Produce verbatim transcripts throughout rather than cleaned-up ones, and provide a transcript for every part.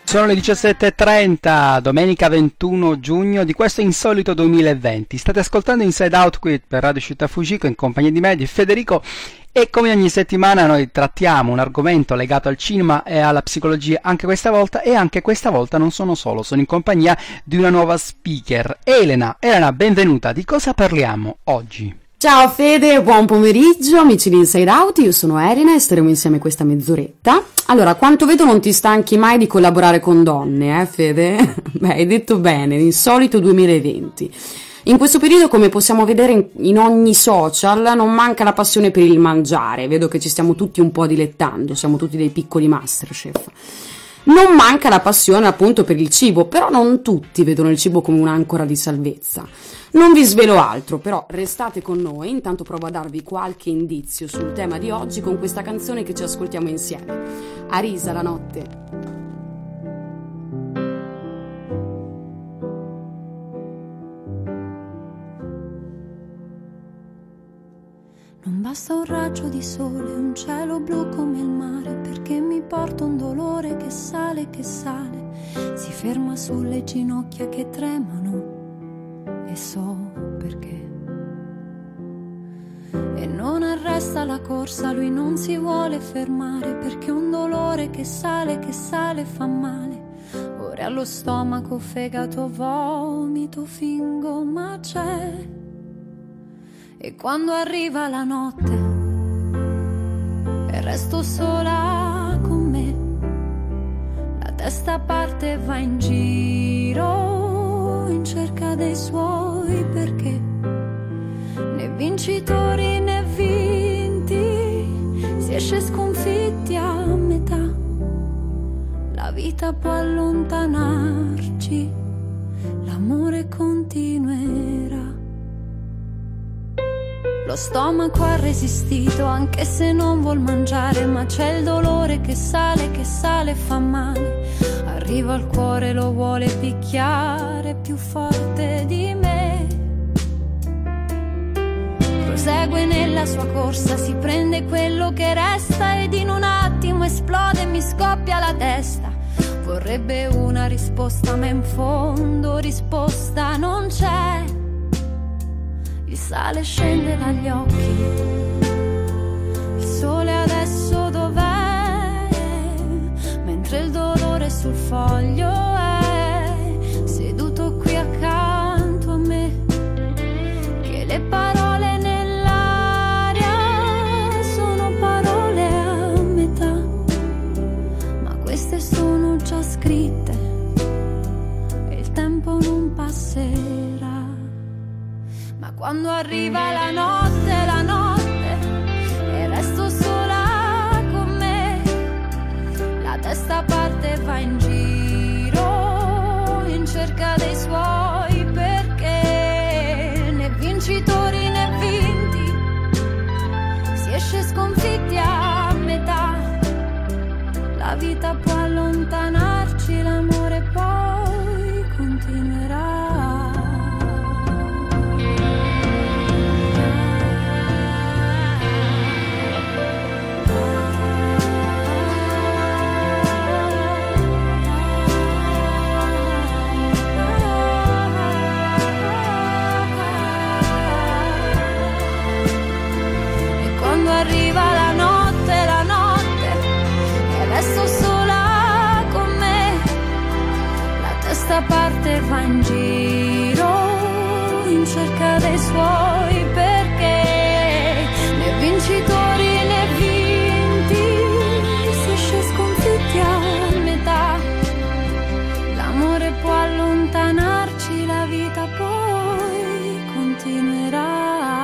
Sono le diciassette e trenta, domenica ventuno giugno di questo insolito duemilaventi. State ascoltando Inside Out qui per Radio Città Fujiko in compagnia di me, di Federico, e come ogni settimana noi trattiamo un argomento legato al cinema e alla psicologia anche questa volta, e anche questa volta non sono solo, sono in compagnia di una nuova speaker, Elena. Elena, benvenuta. Di cosa parliamo oggi? Ciao Fede, buon pomeriggio amici di Inside Out, io sono Elena e staremo insieme questa mezz'oretta. Allora, quanto vedo non ti stanchi mai di collaborare con donne, eh Fede? Beh, hai detto bene, insolito duemilaventi. In questo periodo, come possiamo vedere in, in ogni social, non manca la passione per il mangiare, vedo che ci stiamo tutti un po' dilettando, siamo tutti dei piccoli masterchef. Non manca la passione appunto per il cibo, però non tutti vedono il cibo come un'ancora di salvezza. Non vi svelo altro, però restate con noi, intanto provo a darvi qualche indizio sul tema di oggi con questa canzone che ci ascoltiamo insieme. Arisa, la notte. Non basta un raggio di sole, un cielo blu come il mare, perché mi porta un dolore che sale, che sale, si ferma sulle ginocchia che tremano, e so perché. E non arresta la corsa, lui non si vuole fermare, perché un dolore che sale, che sale fa male. Ora allo stomaco, fegato, vomito, fingo, ma c'è. E quando arriva la notte e resto sola con me, la testa parte e va in giro in cerca dei suoi perché. Né vincitori né vinti, si esce sconfitti a metà. La vita può allontanarci, l'amore continuerà. Lo stomaco ha resistito anche se non vuol mangiare, ma c'è il dolore che sale, che sale e fa male. Arriva al cuore, lo vuole picchiare più forte di me. Prosegue nella sua corsa, si prende quello che resta ed in un attimo esplode e mi scoppia la testa. Vorrebbe una risposta ma in fondo risposta non c'è. Il sale scende dagli occhi, il sole adesso dov'è? Mentre il dolore sul foglio è seduto qui accanto a me. Che le parole nell'aria sono parole a metà, ma queste sono già scritte e il tempo non passerà. Ma quando arriva la notte, la notte, e resto sola con me, la testa parte e va in giro in cerca dei suoi perché. Né vincitori né vinti, si esce sconfitti a metà. La vita può allontanarci, l'amore poi continuerà. Arriva la notte, la notte, e resto sola con me. La testa parte e va in giro in cerca dei suoi perché. Né vincitori né vinti, si esce sconfitti a metà. L'amore può allontanarci, la vita poi continuerà.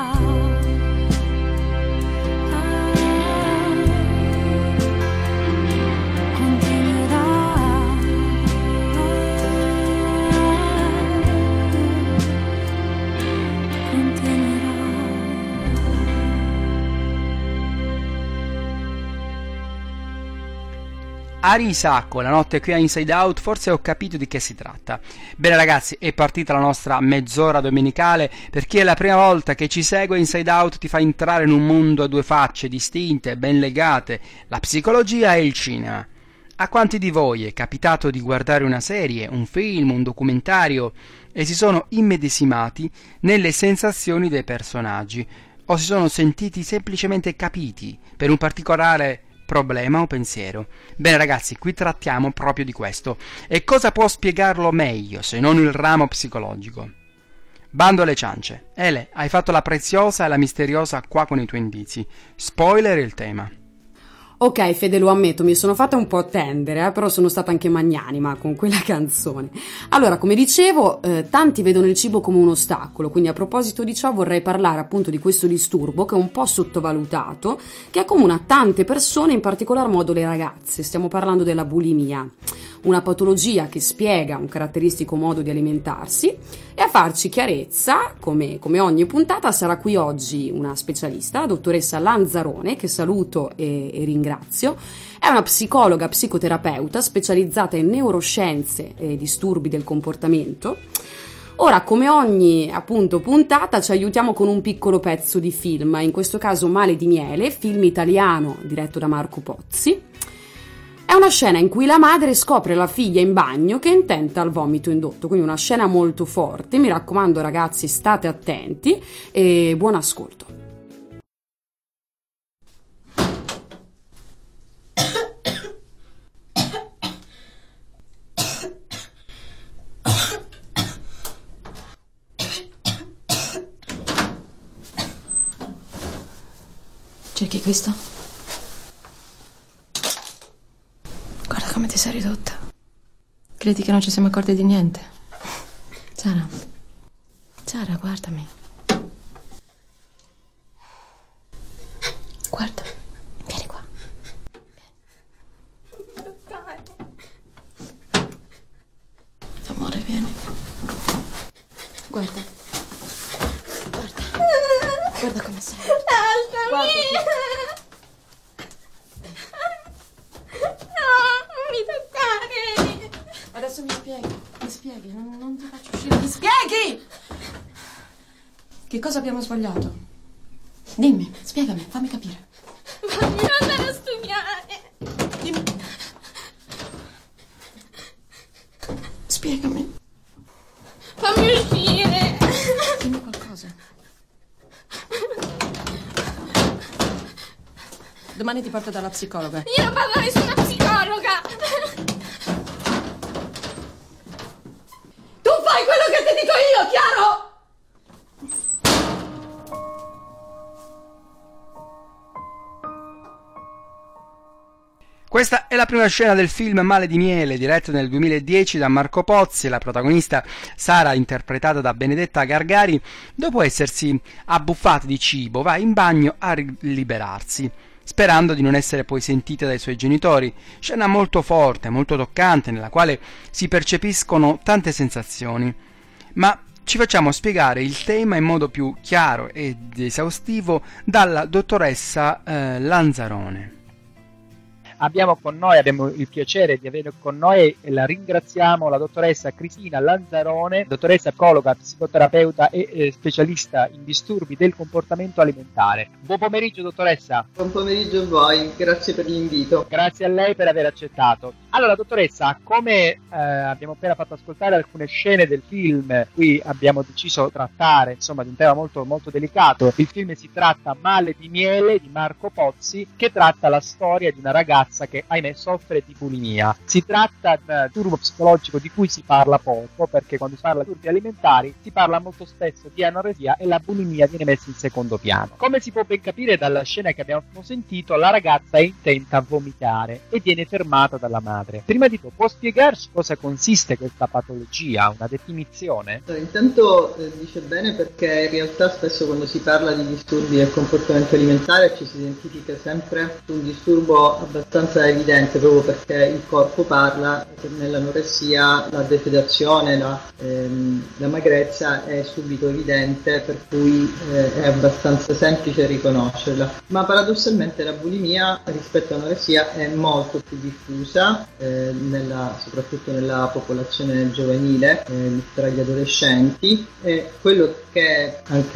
Arisa con la notte qui a Inside Out, forse ho capito di che si tratta. Bene ragazzi, è partita la nostra mezz'ora domenicale. Per chi è la prima volta che ci segue, Inside Out ti fa entrare in un mondo a due facce distinte, ben legate, la psicologia e il cinema. A quanti di voi è capitato di guardare una serie, un film, un documentario e si sono immedesimati nelle sensazioni dei personaggi o si sono sentiti semplicemente capiti per un particolare problema o pensiero? Bene ragazzi, qui trattiamo proprio di questo. E cosa può spiegarlo meglio se non il ramo psicologico? Bando alle ciance. Ele, hai fatto la preziosa e la misteriosa qua con i tuoi indizi. Spoiler il tema. Ok, Fede, lo ammetto, mi sono fatta un po' attendere, eh, però sono stata anche magnanima con quella canzone. Allora, come dicevo, eh, tanti vedono il cibo come un ostacolo, quindi a proposito di ciò vorrei parlare appunto di questo disturbo che è un po' sottovalutato, che accomuna tante persone, in particolar modo le ragazze. Stiamo parlando della bulimia, una patologia che spiega un caratteristico modo di alimentarsi, e a farci chiarezza, come, come ogni puntata, sarà qui oggi una specialista, la dottoressa Lanzarone, che saluto e, e ringrazio. È una psicologa psicoterapeuta specializzata in neuroscienze e disturbi del comportamento. Ora, come ogni appunto puntata, ci aiutiamo con un piccolo pezzo di film, in questo caso Male di miele, film italiano diretto da Marco Pozzi. È una scena in cui la madre scopre la figlia in bagno che è intenta al vomito indotto, quindi una scena molto forte. Mi raccomando ragazzi, state attenti e buon ascolto. Cerchi questo? Guarda come ti sei ridotta. Credi che non ci siamo accorti di niente? Sara, Sara, guardami. Guarda, vieni qua. Amore, vieni. Guarda. Guarda. Guarda come sei. Lasciami! No, non mi toccare! Adesso mi spieghi, mi spieghi, non, non ti faccio uscire, mi spieghi! Che cosa abbiamo sbagliato? Dimmi, spiegami, fammi capire. Fammi andare a studiare! Dimmi. Spiegami. Fammi uscire! Dimmi qualcosa. Domani ti porto dalla psicologa. Io non vado da nessuna psicologa! Tu fai quello che ti dico io, chiaro? Questa è la prima scena del film Male di miele, diretto nel duemiladieci da Marco Pozzi. La protagonista Sara, interpretata da Benedetta Gargari, dopo essersi abbuffata di cibo, va in bagno a liberarsi, sperando di non essere poi sentita dai suoi genitori. Scena molto forte, molto toccante, nella quale si percepiscono tante sensazioni. Ma ci facciamo spiegare il tema in modo più chiaro ed esaustivo dalla dottoressa eh, Lanzarone. Abbiamo con noi, abbiamo il piacere di avere con noi e la ringraziamo la dottoressa Cristina Lanzarone, dottoressa psicologa, psicoterapeuta e eh, specialista in disturbi del comportamento alimentare. Buon pomeriggio dottoressa. Buon pomeriggio a voi, grazie per l'invito. Grazie a lei per aver accettato. Allora dottoressa, come eh, abbiamo appena fatto ascoltare alcune scene del film, qui abbiamo deciso di trattare insomma di un tema molto molto delicato. Il film si tratta Male di miele di Marco Pozzi, che tratta la storia di una ragazza che ahimè soffre di bulimia. Si tratta di un disturbo psicologico di cui si parla poco, perché quando si parla di disturbi alimentari si parla molto spesso di anoresia e la bulimia viene messa in secondo piano. Come si può ben capire dalla scena che abbiamo sentito, la ragazza è intenta a vomitare e viene fermata dalla madre. Prima di tutto, può spiegarci cosa consiste questa patologia, una definizione? Allora, intanto eh, dice bene, perché in realtà spesso quando si parla di disturbi del comportamento alimentare ci si identifica sempre su un disturbo abbastanza evidente, proprio perché il corpo parla. Nell'anoressia la defedazione, la, ehm, la magrezza è subito evidente, per cui eh, è abbastanza semplice riconoscerla. Ma paradossalmente la bulimia rispetto all'anoressia è molto più diffusa, eh, nella, soprattutto nella popolazione giovanile, eh, tra gli adolescenti. E quello che è anche un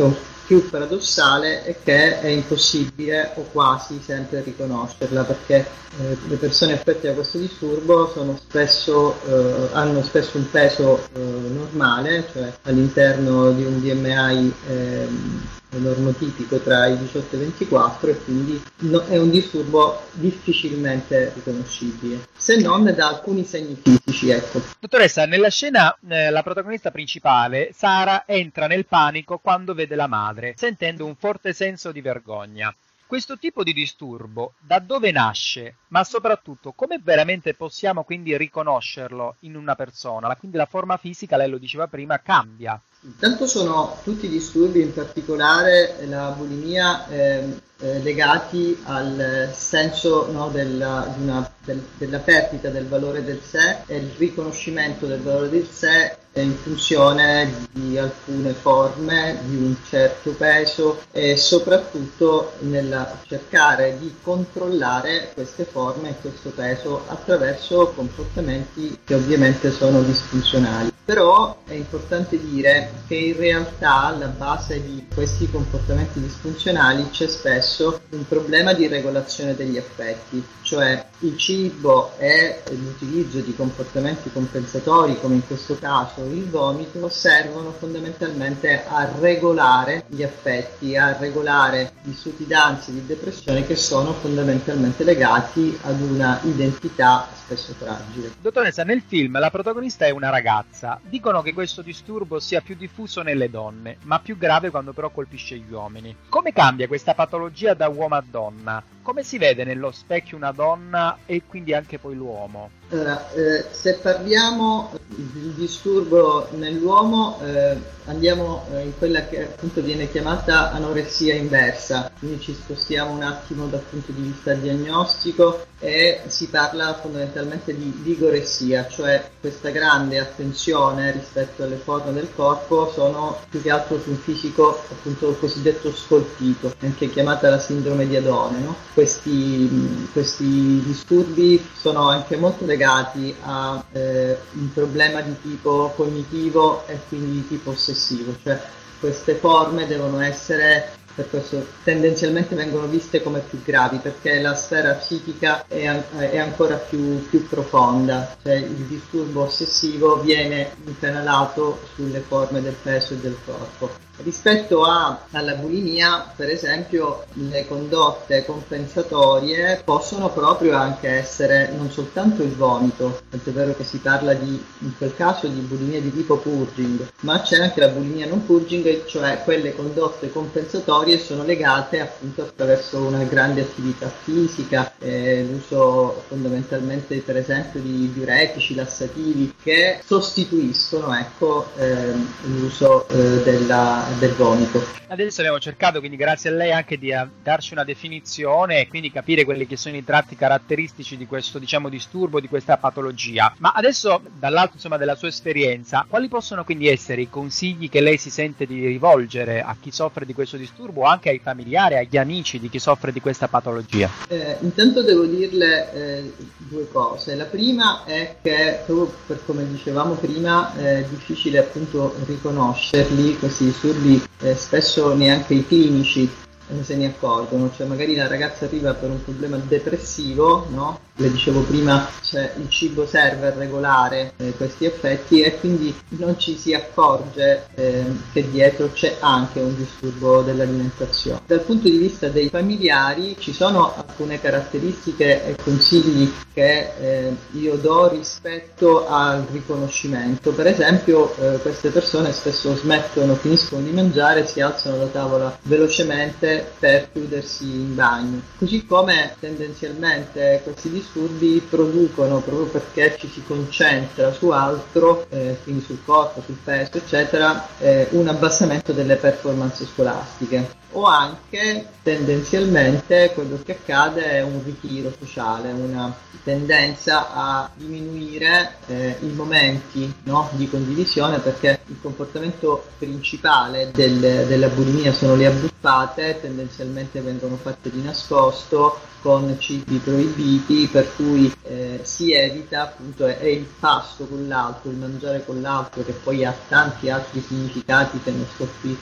più paradossale è che è impossibile o quasi sempre riconoscerla, perché eh, le persone affette da questo disturbo sono spesso, eh, hanno spesso un peso eh, normale, cioè all'interno di un B M I eh, normotipico tra i diciotto e i ventiquattro, e quindi no, è un disturbo difficilmente riconoscibile, se non da alcuni segni fisici. Ecco. Dottoressa, nella scena eh, la protagonista principale, Sara, entra nel panico quando vede la madre, sentendo un forte senso di vergogna. Questo tipo di disturbo da dove nasce? Ma soprattutto come veramente possiamo quindi riconoscerlo in una persona? Quindi la forma fisica, lei lo diceva prima, cambia. Intanto sono tutti disturbi, in particolare la bulimia, eh, eh, legati al senso, no, della, di una, del, della perdita del valore del sé e il riconoscimento del valore del sé in funzione di alcune forme, di un certo peso, e soprattutto nel cercare di controllare queste forme e questo peso attraverso comportamenti che ovviamente sono disfunzionali. Però è importante dire che in realtà alla base di questi comportamenti disfunzionali c'è spesso un problema di regolazione degli affetti, cioè il cibo e l'utilizzo di comportamenti compensatori, come in questo caso il vomito, servono fondamentalmente a regolare gli affetti, a regolare gli stati d'ansia, di depressione, che sono fondamentalmente legati ad una identità spesso fragile. Dottoressa, nel film la protagonista è una ragazza. Dicono che questo disturbo sia più diffuso nelle donne, ma più grave quando però colpisce gli uomini. Come cambia questa patologia da uomo a donna? Come si vede nello specchio una donna e quindi anche poi l'uomo? Allora, eh, se parliamo di disturbo nell'uomo, eh, andiamo eh, in quella che appunto viene chiamata anoressia inversa, quindi ci spostiamo un attimo dal punto di vista diagnostico e si parla fondamentalmente di vigoressia, cioè questa grande attenzione rispetto alle forme del corpo, sono più che altro su un fisico appunto cosiddetto scolpito, anche chiamata la sindrome di Adone, no? Questi, questi disturbi sono anche molto legati a eh, un problema di tipo cognitivo e quindi di tipo ossessivo, cioè queste forme devono essere, per questo tendenzialmente vengono viste come più gravi, perché la sfera psichica è, an- è ancora più, più profonda, cioè il disturbo ossessivo viene incanalato sulle forme del peso e del corpo. Rispetto a, alla bulimia, per esempio, le condotte compensatorie possono proprio anche essere non soltanto il vomito, tant'è vero che si parla di, in quel caso, di bulimia di tipo purging, ma c'è anche la bulimia non purging, cioè quelle condotte compensatorie sono legate appunto attraverso una grande attività fisica, eh, l'uso fondamentalmente per esempio di diuretici, lassativi, che sostituiscono ecco eh, l'uso eh, della del vomito. Adesso abbiamo cercato, quindi grazie a lei, anche di darci una definizione e quindi capire quelli che sono i tratti caratteristici di questo, diciamo, disturbo, di questa patologia. Ma adesso, dall'alto insomma della sua esperienza, quali possono quindi essere i consigli che lei si sente di rivolgere a chi soffre di questo disturbo, anche ai familiari, agli amici di chi soffre di questa patologia? Eh, intanto devo dirle eh, due cose. La prima è che, proprio per come dicevamo prima, è difficile appunto riconoscerli questi disturbi. Eh, spesso neanche i clinici eh, se ne accorgono, cioè magari la ragazza arriva per un problema depressivo, no? Le dicevo prima, cioè il cibo serve a regolare eh, questi effetti e quindi non ci si accorge eh, che dietro c'è anche un disturbo dell'alimentazione. Dal punto di vista dei familiari ci sono alcune caratteristiche e consigli che eh, io do rispetto al riconoscimento. Per esempio eh, queste persone spesso smettono, finiscono di mangiare, si alzano da tavola velocemente per chiudersi in bagno, così come tendenzialmente questi disturbi disturbi producono, proprio perché ci si concentra su altro, eh, quindi sul corpo, sul peso, eccetera, eh, un abbassamento delle performance scolastiche. O anche tendenzialmente quello che accade è un ritiro sociale, una tendenza a diminuire eh, i momenti, no, di condivisione, perché il comportamento principale del, della bulimia sono le abbuffate, tendenzialmente vengono fatte di nascosto con cibi proibiti, per cui eh, si evita appunto è, è il pasto con l'altro, il mangiare con l'altro, che poi ha tanti altri significati che non sto qui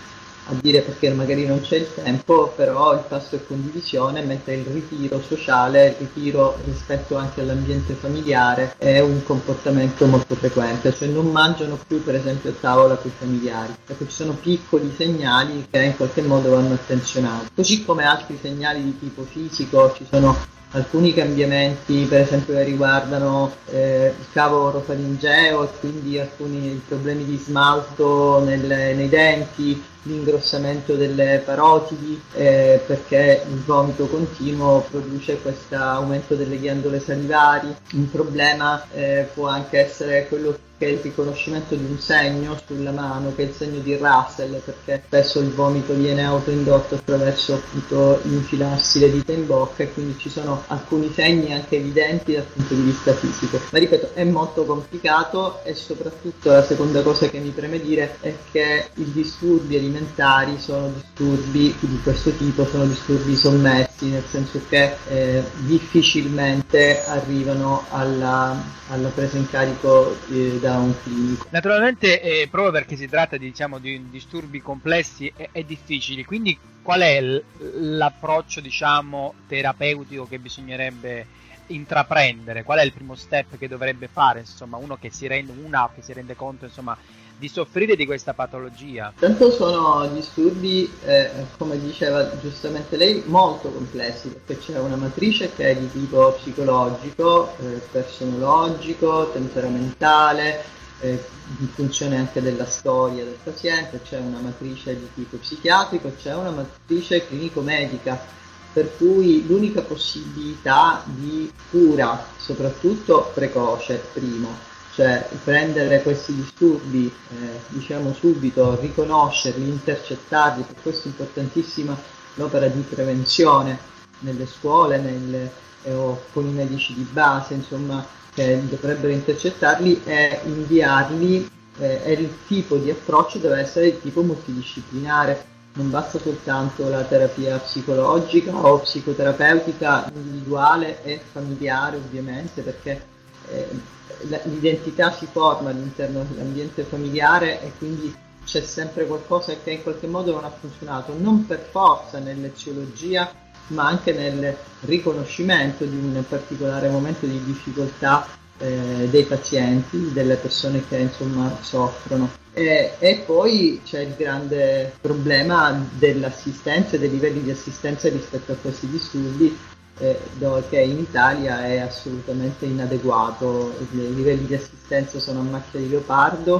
a dire perché magari non c'è il tempo, però il pasto è condivisione, mentre il ritiro sociale, il ritiro rispetto anche all'ambiente familiare è un comportamento molto frequente, cioè non mangiano più per esempio a tavola con i familiari. Ecco, ci sono piccoli segnali che in qualche modo vanno attenzionati, così come altri segnali di tipo fisico. Ci sono alcuni cambiamenti per esempio che riguardano eh, il cavo orofaringeo e quindi alcuni problemi di smalto nelle, nei denti, l'ingrossamento delle parotidi, eh, perché il vomito continuo produce questo aumento delle ghiandole salivari. Un problema eh, può anche essere quello che è il riconoscimento di un segno sulla mano, che è il segno di Russell, perché spesso il vomito viene autoindotto attraverso appunto l'infilarsi le dita in bocca, e quindi ci sono alcuni segni anche evidenti dal punto di vista fisico. Ma ripeto, è molto complicato, e soprattutto la seconda cosa che mi preme dire è che i disturbi alimentari sono disturbi di questo tipo, sono disturbi sommessi, nel senso che eh, difficilmente arrivano alla, alla presa in carico eh, da un clinico. Naturalmente, eh, proprio perché si tratta di, diciamo, di disturbi complessi e, e difficili, quindi qual è l- l'approccio, diciamo, terapeutico che bisognerebbe intraprendere? Qual è il primo step che dovrebbe fare, insomma, uno che si rende, una che si rende conto, insomma, di soffrire di questa patologia? Tanto sono disturbi, eh, come diceva giustamente lei, molto complessi, perché c'è una matrice che è di tipo psicologico, eh, personologico, temperamentale, eh, in funzione anche della storia del paziente, c'è una matrice di tipo psichiatrico, c'è una matrice clinico-medica, per cui l'unica possibilità di cura, soprattutto precoce, primo, cioè prendere questi disturbi, eh, diciamo subito, riconoscerli, intercettarli. Per questo è importantissima l'opera di prevenzione nelle scuole, nelle, eh, o con i medici di base, insomma, che dovrebbero intercettarli e inviarli, eh, e il tipo di approccio deve essere di tipo multidisciplinare. Non basta soltanto la terapia psicologica o psicoterapeutica individuale e familiare, ovviamente, perché eh, l'identità si forma all'interno dell'ambiente familiare, e quindi c'è sempre qualcosa che in qualche modo non ha funzionato, non per forza nell'eziologia, ma anche nel riconoscimento di un particolare momento di difficoltà eh, dei pazienti, delle persone che insomma soffrono. E, e poi c'è il grande problema dell'assistenza e dei livelli di assistenza rispetto a questi disturbi, Eh, dove che in Italia è assolutamente inadeguato. I livelli di assistenza sono a macchia di leopardo,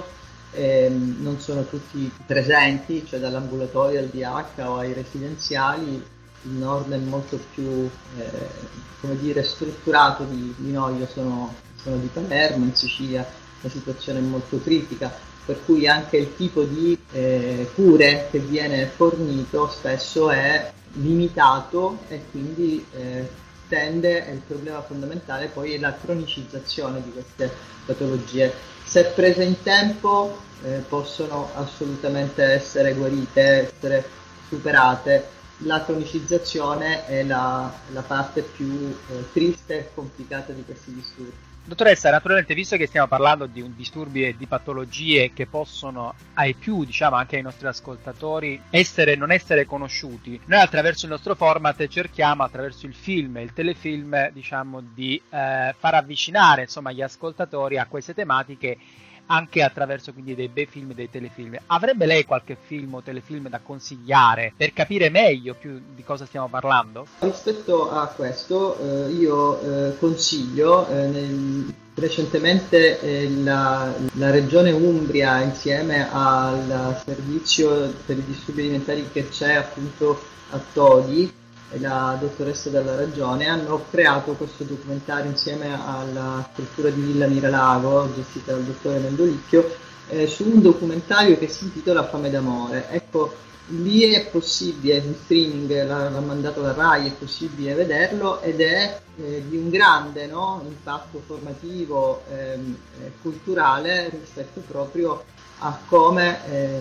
ehm, non sono tutti presenti, cioè dall'ambulatorio al D H o ai residenziali. Il nord è molto più eh, come dire, strutturato di, di noi. Io sono, sono di Palermo, in Sicilia la situazione è molto critica, per cui anche il tipo di eh, cure che viene fornito spesso è limitato, e quindi eh, tende, è il problema fondamentale poi è la cronicizzazione di queste patologie. Se prese in tempo eh, possono assolutamente essere guarite, essere superate. La cronicizzazione è la, la parte più eh, triste e complicata di questi disturbi. Dottoressa, naturalmente, visto che stiamo parlando di un disturbi e di patologie che possono ai più, diciamo anche ai nostri ascoltatori, essere non essere conosciuti, noi attraverso il nostro format cerchiamo, attraverso il film e il telefilm, diciamo di eh, far avvicinare insomma gli ascoltatori a queste tematiche, anche attraverso quindi dei bei film e dei telefilm. Avrebbe lei qualche film o telefilm da consigliare per capire meglio più di cosa stiamo parlando? Rispetto a questo eh, io eh, consiglio eh, nel, recentemente eh, la, la regione Umbria, insieme al servizio per i disturbi alimentari che c'è appunto a Todi, e la dottoressa della regione, hanno creato questo documentario insieme alla struttura di Villa Miralago, gestita dal dottore Mendolicchio, eh, su un documentario che si intitola Fame d'amore. Ecco, lì è possibile, in streaming, l'ha, l'ha mandato la RAI, è possibile vederlo, ed è eh, di un grande no, impatto formativo e eh, culturale rispetto proprio a come eh,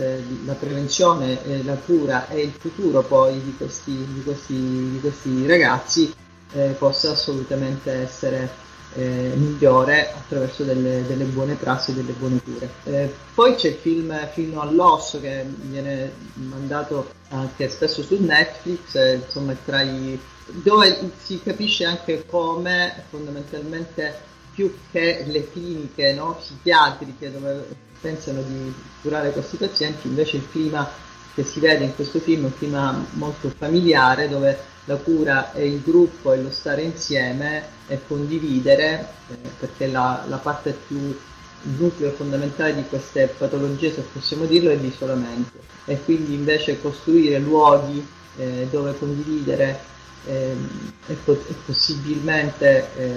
la prevenzione, eh, la cura e il futuro poi di questi, di questi, di questi ragazzi eh, possa assolutamente essere eh, migliore attraverso delle, delle buone prassi e delle buone cure. Eh, poi c'è il film Fino all'osso che viene mandato anche spesso su Netflix, eh, insomma tra i, dove si capisce anche come fondamentalmente più che le cliniche, no, psichiatriche dove pensano di curare questi pazienti, invece il clima che si vede in questo film è un clima molto familiare dove la cura è il gruppo e lo stare insieme e condividere, eh, perché la, la parte più, il nucleo fondamentale di queste patologie, se possiamo dirlo, è l'isolamento, e quindi invece costruire luoghi eh, dove condividere eh, e, po- e possibilmente eh,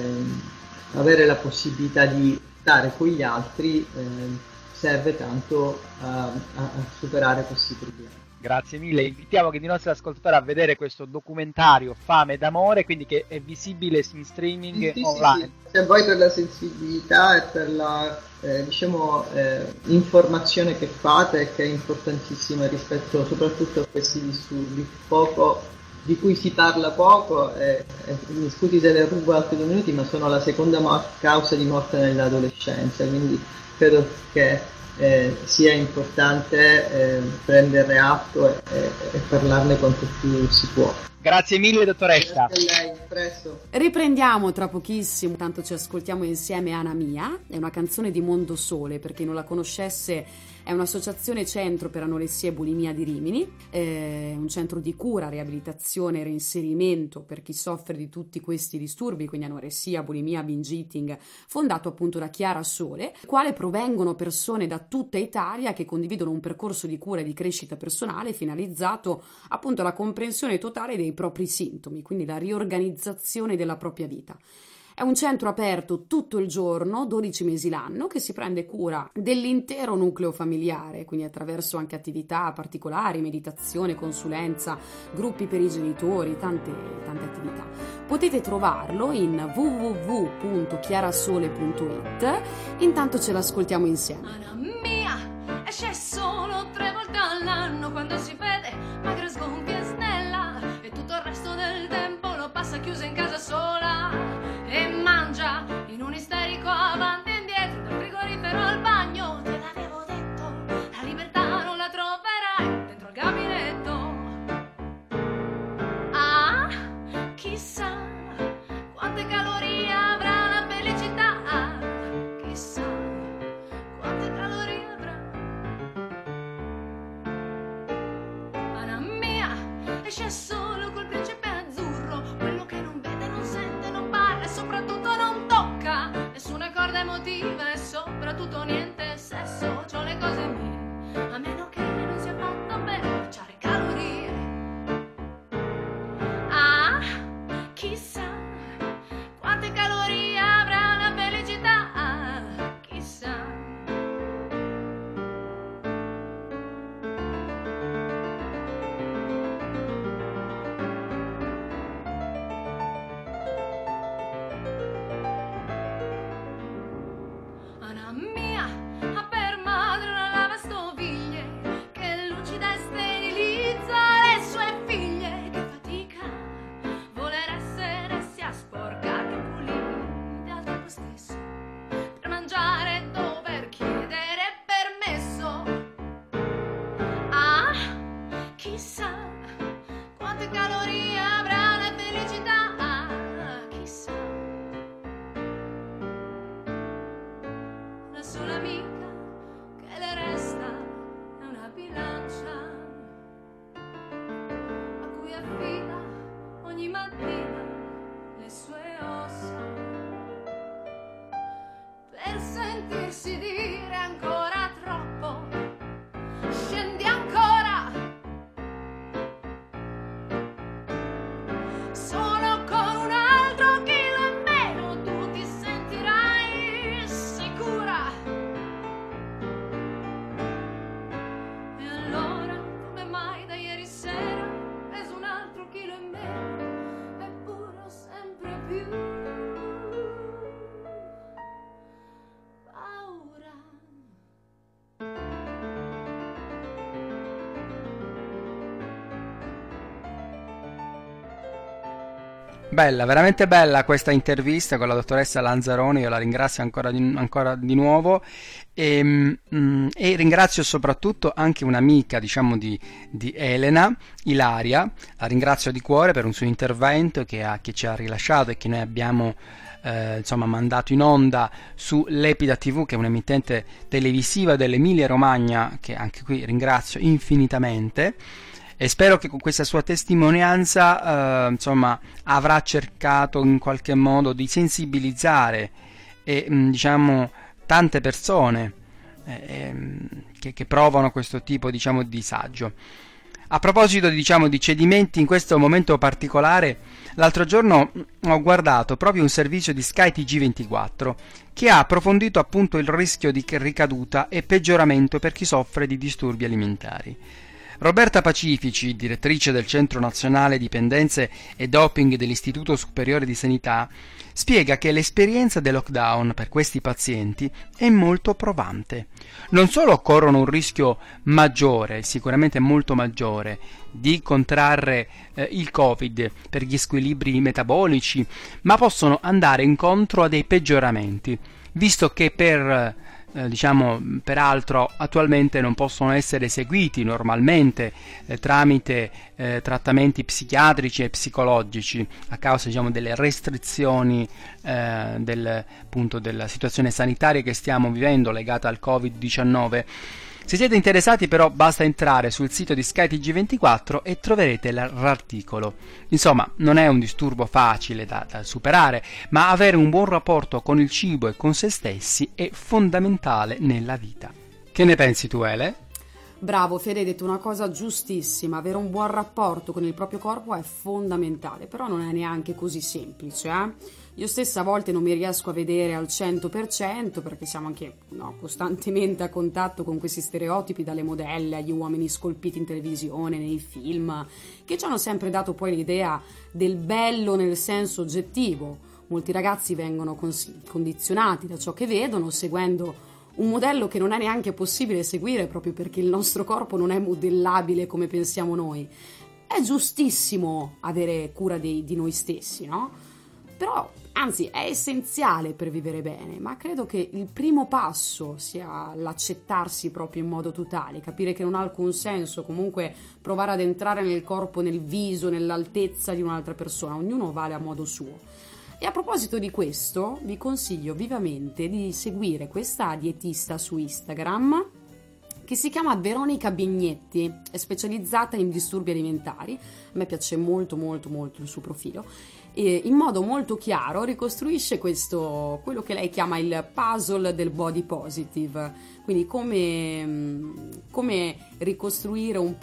avere la possibilità di stare con gli altri eh, serve tanto a, a, a superare questi problemi. Grazie mille, invitiamo i nostri ascoltatori a vedere questo documentario Fame d'amore, quindi che è visibile in streaming sì, online. Sì, sì. Se voi per la sensibilità e per la eh, diciamo eh, informazione che fate, che è importantissima rispetto soprattutto a questi disturbi, poco di cui si parla poco, e, e mi scusi se le rubo altri due minuti, ma sono la seconda mo- causa di morte nell'adolescenza, quindi credo che Eh, sia importante eh, prendere atto e, e, e parlarne quanto più si può. Grazie mille dottoressa. Grazie a lei, presto. Riprendiamo tra pochissimo, tanto ci ascoltiamo insieme Ana Mia, è una canzone di Mondo Sole, per chi non la conoscesse è un'associazione centro per anoressia e bulimia di Rimini, è un centro di cura, riabilitazione e reinserimento per chi soffre di tutti questi disturbi, quindi anoressia, bulimia, binge eating, fondato appunto da Chiara Sole, dal quale provengono persone da tutta Italia che condividono un percorso di cura e di crescita personale finalizzato appunto alla comprensione totale dei propri sintomi, quindi la riorganizzazione della propria vita. È un centro aperto tutto il giorno, dodici mesi l'anno, che si prende cura dell'intero nucleo familiare, quindi attraverso anche attività particolari, meditazione, consulenza, gruppi per i genitori, tante, tante attività. Potete trovarlo in w w w punto chiarasole punto it. Intanto ce l'ascoltiamo insieme. Ana mia, esce solo tre volte all'anno quando si vede magra, sgonfia e snella, e tutto il resto del tempo lo passa chiusa in casa sola. E mangia in un isterico avanti e indietro, dal frigorifero al bagno. Te l'avevo detto, la libertà non la troverai dentro il gabinetto. Ah, chissà quante calorie avrà la felicità. Chissà quante calorie avrà. Anna mia, esce solo col principe azzurro, quello che non vede, non sente, non parla e soprattutto non tocca nessuna corda emotiva e soprattutto niente sesso. C'ho le cose mie, a meno che non sia fatto per bruciare calorie. Ah, chissà quante calorie avrà la felicità. Chissà. Anna mia, Bella, veramente bella questa intervista con la dottoressa Lanzaroni, io la ringrazio ancora di, ancora di nuovo e, mm, e ringrazio soprattutto anche un'amica, diciamo, di, di Elena, Ilaria, la ringrazio di cuore per un suo intervento che, ha, che ci ha rilasciato e che noi abbiamo eh, insomma mandato in onda su Lepida tivù, che è un'emittente televisiva dell'Emilia Romagna, che anche qui ringrazio infinitamente. E spero che con questa sua testimonianza eh, insomma avrà cercato in qualche modo di sensibilizzare e mh, diciamo tante persone eh, che, che provano questo tipo, diciamo, di disagio. A proposito, diciamo, di cedimenti in questo momento particolare, l'altro giorno ho guardato proprio un servizio di Sky T G ventiquattro che ha approfondito appunto il rischio di ricaduta e peggioramento per chi soffre di disturbi alimentari. Roberta Pacifici, direttrice del Centro Nazionale Dipendenze e Doping dell'Istituto Superiore di Sanità, spiega che l'esperienza del lockdown per questi pazienti è molto provante. Non solo corrono un rischio maggiore, sicuramente molto maggiore, di contrarre eh, il Covid per gli squilibri metabolici, ma possono andare incontro a dei peggioramenti, visto che per Eh, diciamo peraltro attualmente non possono essere seguiti normalmente eh, tramite eh, trattamenti psichiatrici e psicologici a causa, diciamo, delle restrizioni eh, del, appunto, della situazione sanitaria che stiamo vivendo legata al covid diciannove. Se siete interessati però basta entrare sul sito di Sky T G ventiquattro e troverete l'articolo. Insomma, non è un disturbo facile da, da superare, ma avere un buon rapporto con il cibo e con se stessi è fondamentale nella vita. Che ne pensi tu, Ele? Bravo Fede, hai detto una cosa giustissima, avere un buon rapporto con il proprio corpo è fondamentale, però non è neanche così semplice, eh? Io stessa a volte non mi riesco a vedere al cento per cento perché siamo anche no, costantemente a contatto con questi stereotipi, dalle modelle agli uomini scolpiti in televisione, nei film, che ci hanno sempre dato poi l'idea del bello nel senso oggettivo. Molti ragazzi vengono cons- condizionati da ciò che vedono, seguendo un modello che non è neanche possibile seguire proprio perché il nostro corpo non è modellabile come pensiamo noi. È giustissimo avere cura di, di noi stessi, no? Però, anzi, è essenziale per vivere bene, ma credo che il primo passo sia l'accettarsi proprio in modo totale, capire che non ha alcun senso comunque provare ad entrare nel corpo, nel viso, nell'altezza di un'altra persona, ognuno vale a modo suo. E a proposito di questo, vi consiglio vivamente di seguire questa dietista su Instagram che si chiama Veronica Bignetti, è specializzata in disturbi alimentari, a me piace molto molto molto il suo profilo, e in modo molto chiaro ricostruisce questo, quello che lei chiama il puzzle del body positive, quindi come, come ricostruire un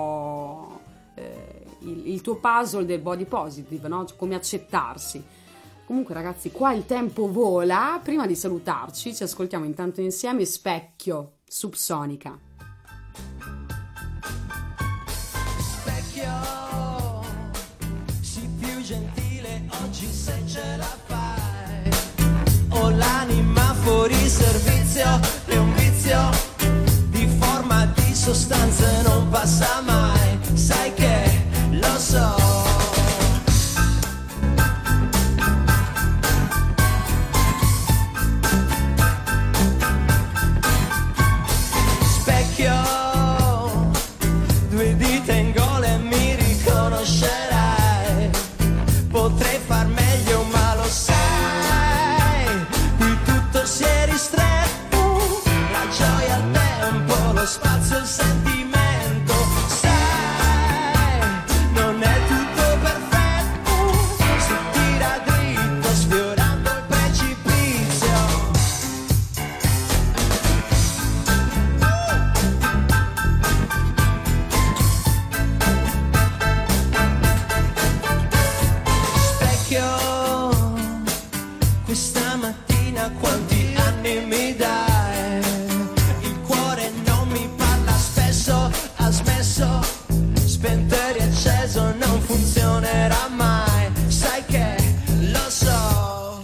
po' eh, il, il tuo puzzle del body positive, no? Come accettarsi. Comunque ragazzi, qua il tempo vola, prima di salutarci ci ascoltiamo intanto insieme Specchio, Subsonica. Specchio, sii più gentile oggi se ce la fai. Ho l'anima fuori servizio e un vizio di forma di sostanze non passa mai. Sai che lo so. Due dita in gola e mi riconoscerai. Potrei far meglio ma lo sai. Qui tutto si è ristretto, la gioia, il tempo, lo spazio, il sentimento. Sai, non è tutto perfetto, si tira dritto sfiorando il precipizio. Questa mattina quanti anni mi dai? Il cuore non mi parla spesso, ha smesso, spento e riacceso, non funzionerà mai. Sai che lo so,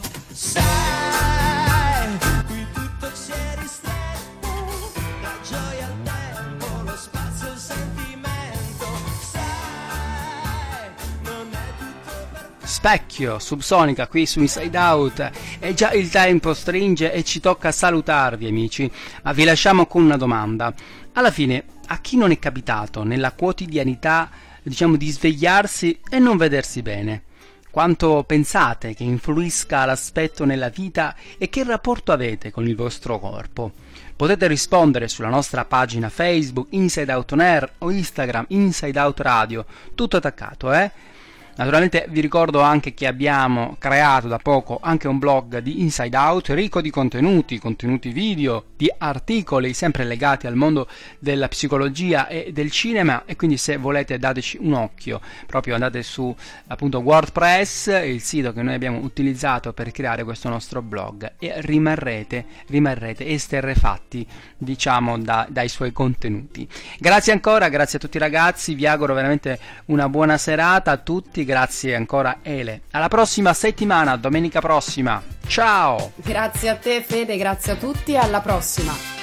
sai, qui tutto si è ristretto, la gioia, il tempo, lo spazio, il sentimento. Sai, non è tutto perfetto. Specchio, Subsonica qui su Inside Out. E già il tempo stringe e ci tocca salutarvi, amici, ma vi lasciamo con una domanda. Alla fine, a chi non è capitato nella quotidianità, diciamo, di svegliarsi e non vedersi bene? Quanto pensate che influisca l'aspetto nella vita e che rapporto avete con il vostro corpo? Potete rispondere sulla nostra pagina Facebook Inside Out On Air o Instagram Inside Out Radio, tutto attaccato, eh? Naturalmente vi ricordo anche che abbiamo creato da poco anche un blog di Inside Out ricco di contenuti, contenuti video, di articoli sempre legati al mondo della psicologia e del cinema, e quindi se volete dateci un occhio, proprio andate su appunto WordPress, il sito che noi abbiamo utilizzato per creare questo nostro blog, e rimarrete, rimarrete esterrefatti, diciamo, da, dai suoi contenuti. Grazie ancora, grazie a tutti ragazzi, vi auguro veramente una buona serata a tutti. Grazie ancora Ele. Alla prossima settimana, domenica prossima. Ciao! Grazie a te Fede, grazie a tutti, alla prossima.